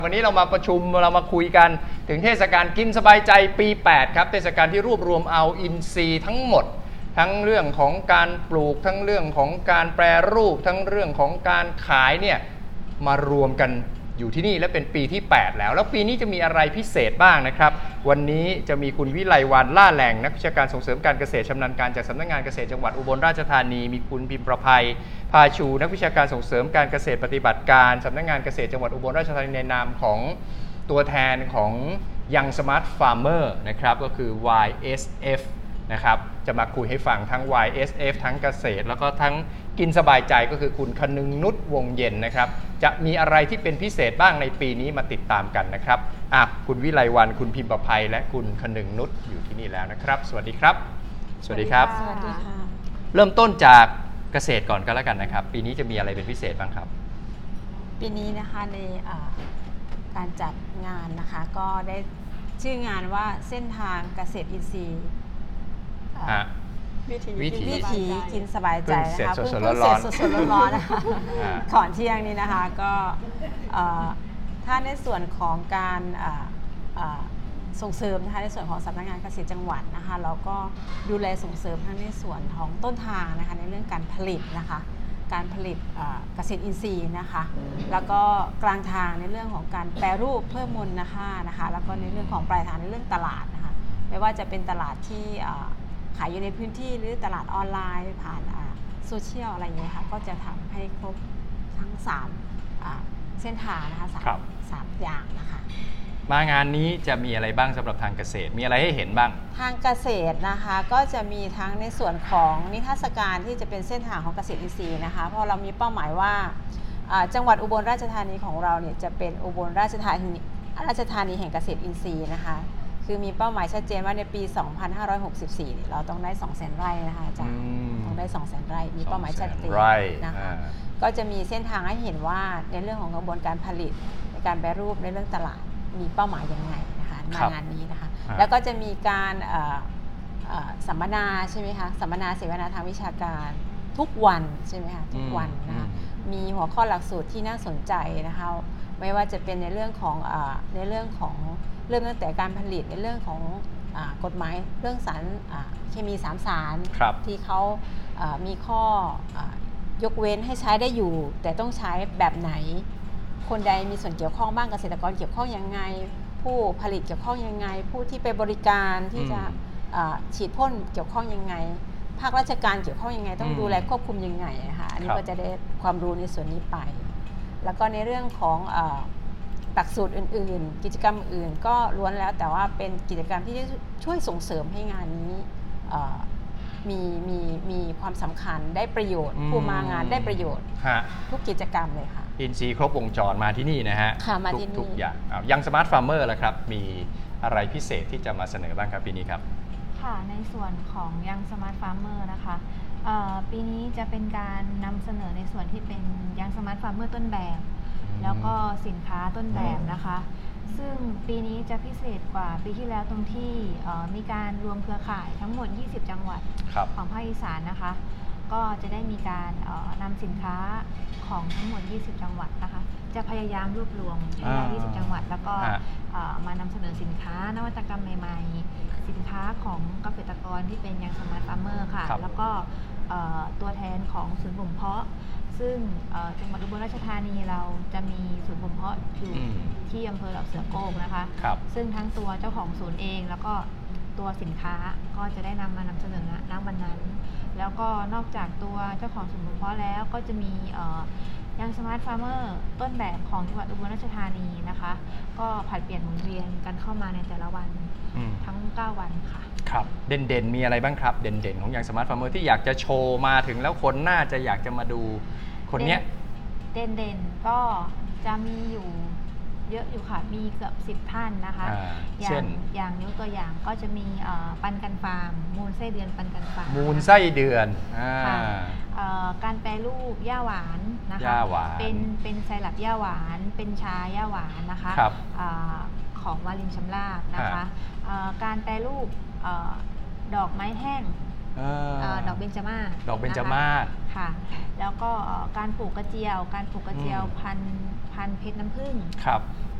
วันนี้เรามาประชุมเรามาคุยกันถึงเทศกาลกินสบายใจปี 8 ครับเทศกาลที่รวบรวมเอาอินทรีย์ทั้งหมดทั้งเรื่องของการปลูกทั้งเรื่องของการแปรรูปทั้งเรื่องของการขายเนี่ยมารวมกันอยู่ที่นี่และเป็นปีที่ 8 แล้วปีนี้จะมีอะไรพิเศษบ้างนะครับวันนี้จะมีคุณวิไลวรรณล่าแหล่งนักวิชาการส่งเสริมการเกษตรชำนาญการจากสำนักงานเกษตรจังหวัดอุบลราชธานีมีคุณพิมพ์ประภัยพาชูนักวิชาการส่งเสริมการเกษตรปฏิบัติการสำนักงานเกษตรจังหวัดอุบลราชธานีในนามของตัวแทนของยังสมาร์ทฟาร์มเมอร์นะครับก็คือ YSF นะครับจะมาคุยให้ฟังทั้ง YSF ทั้งเกษตรแล้วก็ทั้งกินสบายใจก็คือคุณคนึงนุชวงเย็นนะครับจะมีอะไรที่เป็นพิเศษบ้างในปีนี้มาติดตามกันนะครับคุณวิไลวรรณคุณพิมพ์ประภัยและคุณคนึงนุชอยู่ที่นี่แล้วนะครับสวัสดีครับสวัสดีครับสวัสดีค่ะเริ่มต้นจากเกษตรก่อนก็แล้วกันนะครับปีนี้จะมีอะไรเป็นพิเศษบ้างครับปีนี้นะคะในการจัดงานนะคะก็ได้ชื่องานว่าเส้นทางเกษตรอินทรีย์วิถีกินสบายใจนะคะเพิ่งเสร็จสดๆร้อนๆนะคะก่อนเที่ยงนี้นะคะก็ถ้าในส่วนของการส่งเสริมนะคะในส่วนของสำนักงานเกษตรจังหวัดนะคะเราก็ดูแลส่งเสริมทั้งในส่วนของต้นทางนะคะในเรื่องการผลิตนะคะการผลิตเกษตรอินทรีย์นะคะแล้วก็กลางทางในเรื่องของการแปรรูปเพิ่มมูลค่านะคะแล้วก็ในเรื่องของปลายทางในเรื่องตลาดนะคะไม่ว่าจะเป็นตลาดที่ขายอยู่ในพื้นที่หรือตลาดออนไลน์ผ่านโซเชียลอะไรอย่างเงี้ยค่ะก็จะทำให้ครบทั้ง3เส้นทางนะคะ3อย่างนะคะมางานนี้จะมีอะไรบ้างสำหรับทางเกษตรมีอะไรให้เห็นบ้างทางเกษตรนะคะก็จะมีทั้งในส่วนของนิทรรศการที่จะเป็นเส้นทางของเกษตรอินทรีย์นะคะเพราะเรามีเป้าหมายว่าจังหวัดอุบลราชธานีของเราเนี่ยจะเป็นอุบลราชธานีแห่งเกษตรอินทรีย์นะคะคือมีเป้าหมายชัดเจนว่าในปี 2564 เราต้องได้ 200,000 ไร่นะคะอาจารย์ต้องได้ 200,000 ไร่มีเป้าหมายชัดเจนนะคะก็จะมีเส้นทางให้เห็นว่าในเรื่องของกระบวนการผลิตในการแปรรูปในเรื่องตลาดมีเป้าหมายยังไงนะคะมางานนี้นะคะแล้วก็จะมีการสัมมนาใช่ไหมคะสัมมนาเสวนาทางวิชาการทุกวันใช่ไหมคะทุกวันนะคะมีหัวข้อหลักสูตรที่น่าสนใจนะคะไม่ว่าจะเป็นในเรื่องของเริ่มตั้งแต่การผลิตในเรื่องของกฎหมายเรื่องสารเคมี3 สารที่เขามีข้อยกเว้นให้ใช้ได้อยู่แต่ต้องใช้แบบไหนคนใดมีส่วนเกี่ยวข้องบ้างเกษตรกรเกี่ยวข้องยังไงผู้ผลิตเกี่ยวข้องยังไงผู้ที่ไปบริการที่จะฉีดพ่นเกี่ยวข้องยังไงภาคราชการเกี่ยวข้องยังไงต้องดูแลควบคุมยังไงนะคะอันนี้ก็จะได้ความรู้ในส่วนนี้ไปแล้วก็ในเรื่องของหลักสูตรอื่นๆกิจกรรมอื่นก็ล้วนแล้วแต่ว่าเป็นกิจกรรมที่จะช่วยส่งเสริมให้งานนี้มีความสำคัญได้ประโยชน์ผู้มางานได้ประโยชน์ทุกกิจกรรมเลยค่ะอินทรีย์ครบวงจรมาที่นี่นะฮะมาที่นี่ทุกอย่างยังสมาร์ทฟาร์มเมอร์ล่ะครับมีอะไรพิเศษที่จะมาเสนอบ้างครับปีนี้ครับค่ะในส่วนของยังสมาร์ทฟาร์มเมอร์นะคะปีนี้จะเป็นการนำเสนอในส่วนที่เป็นยังสมาร์ทฟาร์มเมอร์ต้นแบบแล้วก็สินค้าต้นแบบนะคะซึ่งปีนี้จะพิเศษกว่าปีที่แล้วตรงที่มีการรวมเครือข่ายทั้งหมด20จังหวัดของภาคอีสานนะคะก็จะได้มีการนำสินค้าของทั้งหมด20จังหวัดนะคะจะพยายามรวบรวมให้ได้20จังหวัดแล้วก็มานำเสนอสินค้านวัตกรรมใหม่ๆสินค้าของเกษตรกรที่เป็นยังสมาร์ทฟาร์มเมอร์ค่ะแล้วก็ตัวแทนของศูนย์บ่มเพาะซึ่งจังหวัดอุบลราชธานีเราจะมีศูนย์บ่มเพาะอยู่ที่อำเภอเหล่าเสือโก้งนะคะซึ่งทั้งตัวเจ้าของศูนย์เองแล้วก็ตัวสินค้าก็จะได้มานำเสนอณวันนั้นแล้วก็นอกจากตัวเจ้าของศูนย์บ่มเพาะแล้วก็จะมียังสมาร์ทฟาร์มเมอร์ต้นแบบของจังหวัดอุบลราชธานีนะคะก็ผลัดเปลี่ยนหมุนเวียนกันเข้ามาในแต่ละวันทั้ง9วันค่ะครับเด่นๆมีอะไรบ้างครับเด่นๆของยังสมาร์ทฟาร์มเมอร์ที่อยากจะโชว์มาถึงแล้วคนน่าจะอยากจะมาดูคนเนี้ยเด่นๆก็จะมีอยู่เยอะอยู่ค่ะมีเกือบ10ท่านนะคะอย่างยกตัวอย่างก็จะมีปันกันฟาร์มมูลไส้เดือนปันกันฟาร์มมูลไส้เดือนการแปรรูปหญ้าหวานนะคะเป็นไซรัปหญ้าหวานเป็นชาหญ้าหวานนะคะของวาลินชำราบนะคะการแปรรูปดอกไม้แห้งดอกเบญจมาศค่ะแล้วก็การปลูกกระเจียวพันเพชรน้ำผึ้ง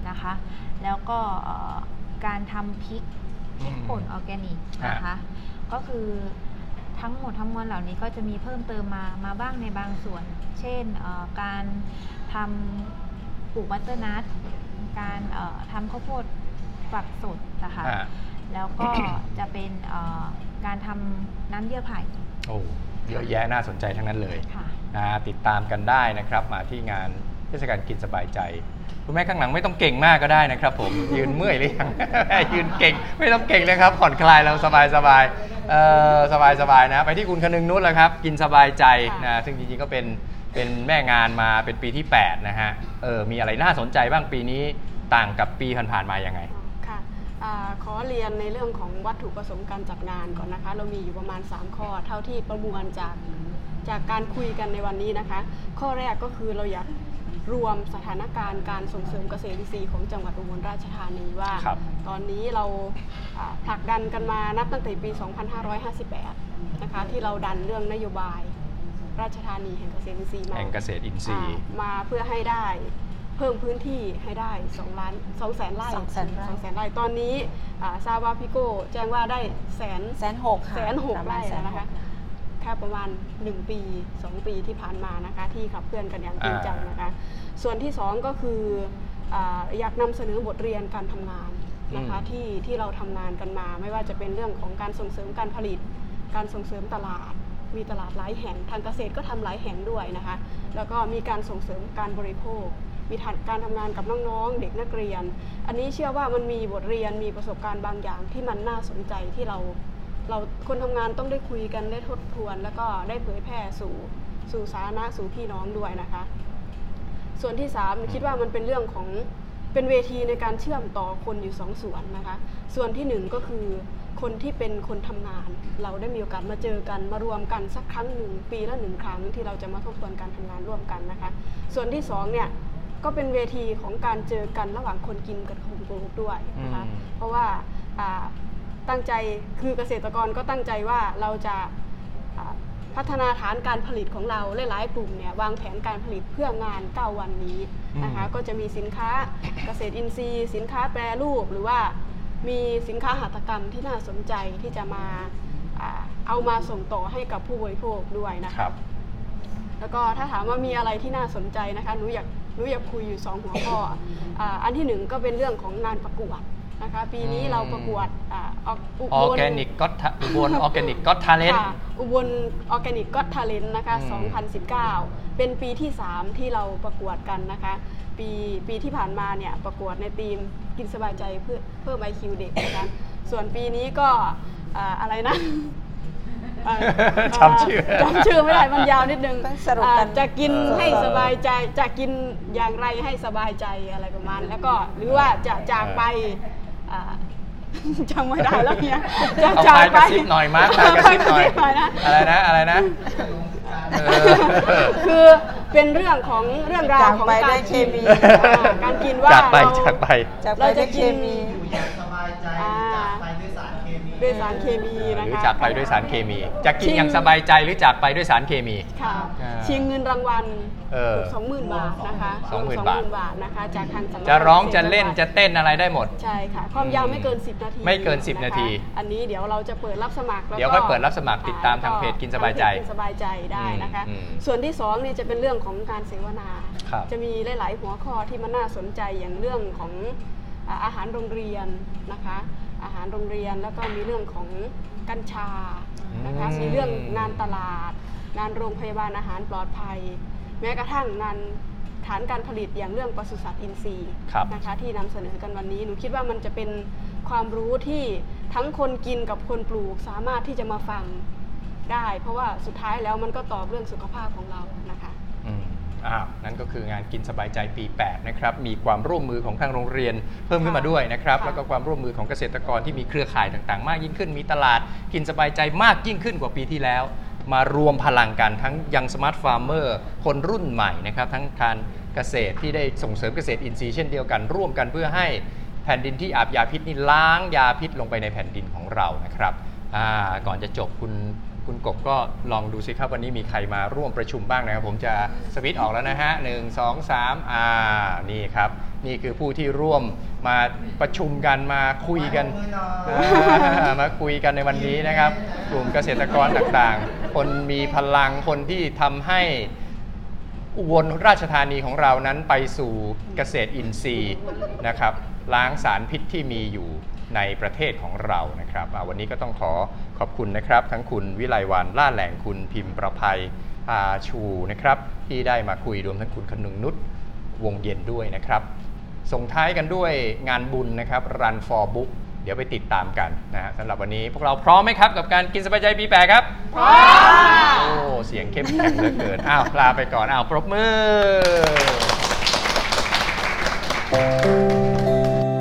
นะคะ แล้วก็การทำพริกป่นออร์แกนิกนะคะก็คือทั้งหมดทั้งมวลเหล่านี้ก็จะมีเพิ่มเติมมาบ้างในบางส่วน เช่นการทำปลูกบัตเตอร์นัทการทำข้าวโพดฝักสดนะคะแล้วก็จะเป็นการทำน้ำเยื่อไผ่โอ้เยอะแยะน่าสนใจทั้งนั้นเลยติดตามกันได้นะครับมาที่งานเทศกาลกินสบายใจคุณแม่ข้างหลังไม่ต้องเก่งมากก็ได้นะครับผมยืนเมื่อยหรือยังยืนเก่งไม่ต้องเก่งเลยครับผ่อนคลายเราสบายสบายสบายนะไปที่คุณคนึงนุชแล้วครับกินสบายใจนะซึ่งจริงๆก็เป็นแม่งานมาเป็นปีที่8นะฮะมีอะไรน่าสนใจบ้างปีนี้ต่างกับปีผ่านๆมายังไงค่ะขอเรียนในเรื่องของวัตถุประสงค์การจัดงานก่อนนะคะเรามีอยู่ประมาณ3ข้อเท่าที่ประมวลจากการคุยกันในวันนี้นะคะข้อแรกก็คือเราอยากรวมสถานการณ์การส่งเสริมเกษตรอินทรีย์ของจังหวัดอุบลราชธานีว่าตอนนี้เราผลักดันกันมานับตั้งแต่ปี 2558 นะคะที่เราดันเรื่องนโยบายราชธานีแห่งเกษตรอินทรีย์มาเพื่อให้ได้เพิ่มพื้นที่ให้ได้2 แสนไร่ตอนนี้ซาวาพิโก้แจ้งว่าได้1,600,000 ไร่นะคะแค่ประมาณ1 ปี 2 ปีที่ผ่านมานะคะที่ขับเคลื่อนกันอย่างจริงจังนะคะส่วนที่2ก็คืออยากนำเสนอบทเรียนการทำงานนะคะที่เราทำงานกันมาไม่ว่าจะเป็นเรื่องของการส่งเสริมการผลิตการส่งเสริมตลาดมีตลาดหลายแห่งทางเกษตรก็ทำหลายแห่งด้วยนะคะแล้วก็มีการส่งเสริมการบริโภคมีการทำงานกับน้องๆเด็กนักเรียนอันนี้เชื่อว่ามันมีบทเรียนมีประสบการณ์บางอย่างที่มันน่าสนใจที่เราคนทำงานต้องได้คุยกันได้ทบทวนแล้วก็ได้เผยแพร่สู่สาธารณะสู่พี่น้องด้วยนะคะส่วนที่3คิดว่ามันเป็นเรื่องของเป็นเวทีในการเชื่อมต่อคนอยู่2 ส่วนนะคะส่วนที่1ก็คือคนที่เป็นคนทำงานเราได้มีโอกาสมาเจอกันมารวมกันสักครั้งหนึ่งปีละ1 ครั้งที่เราจะมาทบทวนการทำงานร่วมกันนะคะส่วนที่2เนี่ยก็เป็นเวทีของการเจอกันระหว่างคนกินกับคนปลูกด้วยนะคะเพราะว่าตั้งใจคือเกษตรกรก็ตั้งใจว่าเราจะพัฒนาฐานการผลิตของเราหลายๆกลุ่มเนี่ยวางแผนการผลิตเพื่องาน9 วันนี้นะคะก็จะมีสินค้าเกษตรอินทรีย์สินค้าแปรรูปหรือว่ามีสินค้าหัตถกรรมที่น่าสนใจที่จะมาเอามาส่งต่อให้กับผู้บริโภคด้วยนะคะแล้วก็ถ้าถามว่ามีอะไรที่น่าสนใจนะคะหนูอยากคุยอยู่2 หัวข้ออันที่1ก็เป็นเรื่องของงานประกวดนะคะปีนี้เราประกวดอุบลออร์แกนิกก็ออร์แกนิกก็ทาเลนต์อุบลออร์แกนิกก็ทาเลนต์นะคะ2019เป็นปีที่3ที่เราประกวดกันนะคะปีที่ผ่านมาเนี่ยประกวดในทีมกินสบายใจเพื่อเพิ่ม IQ เด็กนะคะส่วนปีนี้ก็อะไรนะจำชื่อไม่ได้มันยาวนิดนึงจะกินให้สบายใจจะกินอย่างไรให้สบายใจอะไรประมาณแล้วก็หรือว่าจะจากไปจำไม่ได้แล้วเนี่ยจะจากไปกระซิบหน่อยมากกระซิบหน่อยอะไรนะคือเป็นเรื่องของเรื่องราวของการเคมีการกินว่าเราจะกินด้วยสารเคมีนะคะหรือจากไปด้วยสารเคมีจะกินอย่างสบายใจหรือจากไปด้วยสารเคมีค่ะชิงเงินรางวัล20,000 บาทนะคะ20,000 บาทนะคะจากทางสำนักจะร้องจะเล่นจะเต้นอะไรได้หมดใช่ค่ะความยาวไม่เกิน10 นาทีไม่เกิน10 นาทีอันนี้เดี๋ยวเราจะเปิดรับสมัครแล้วก็เดี๋ยวค่อยเปิดรับสมัครติดตามทางเพจกินสบายใจได้นะคะส่วนที่2นี่จะเป็นเรื่องของการเสวนาจะมีหลายๆหัวข้อที่มันน่าสนใจอย่างเรื่องของอาหารโรงเรียนนะคะอาหารโรงเรียนแล้วก็มีเรื่องของกัญชานะคะมีเรื่องงานตลาดงานโรงพยาบาลอาหารปลอดภัยแม้กระทั่งงานฐานการผลิตอย่างเรื่องปศุสัตว์อินทรีย์นะคะที่นำเสนอกันวันนี้หนูคิดว่ามันจะเป็นความรู้ที่ทั้งคนกินกับคนปลูกสามารถที่จะมาฟังได้เพราะว่าสุดท้ายแล้วมันก็ตอบเรื่องสุขภาพของเรานะคะนั่นก็คืองานกินสบายใจปี8นะครับมีความร่วมมือของทางโรงเรียนเพิ่มขึ้นมาด้วยนะครับแล้วก็ความร่วมมือของเกษตรกรที่มีเครือข่ายต่างๆมากยิ่งขึ้นมีตลาดกินสบายใจมากยิ่งขึ้นกว่าปีที่แล้วมารวมพลังกันทั้งยังสมาร์ทฟาร์มเมอร์คนรุ่นใหม่นะครับทั้งการเกษตรที่ได้ส่งเสริมเกษตรอินทรีย์เช่นเดียวกันร่วมกันเพื่อให้แผ่นดินที่อาบยาพิษนี่ล้างยาพิษลงไปในแผ่นดินของเรานะครับก่อนจะจบคุณคุณกบก็ลองดูสิครับวันนี้มีใครมาร่วมประชุมบ้างนะครับผมจะสวิตช์ออกแล้วนะฮะ1 2 3นี่ครับนี่คือผู้ที่ร่วมมาประชุมกันมาคุยกันมาคุยกันในวันนี้นะครับกลุ่มเกษตรกรต่างๆคนมีพลังคนที่ทำให้อุบลราชธานีของเรานั้นไปสู่เกษตรอินทรีย์นะครับล้างสารพิษที่มีอยู่ในประเทศของเรานะครับวันนี้ก็ต้องขอบคุณนะครับทั้งคุณวิไลวรรณล่าแหล่งคุณพิมพ์ประภัยอาชูนะครับที่ได้มาคุยรวมทั้งคุณคนึงนุชวงเย็นด้วยนะครับส่งท้ายกันด้วยงานบุญนะครับ Run for Book เดี๋ยวไปติดตามกันนะฮะสำหรับวันนี้พวกเราพร้อมไหมครับกับการกินสบายใจปีแปดครับพร้อมโอ้เสียงเข้มแข็งเหลือเกินลาไปก่อนปรบมือ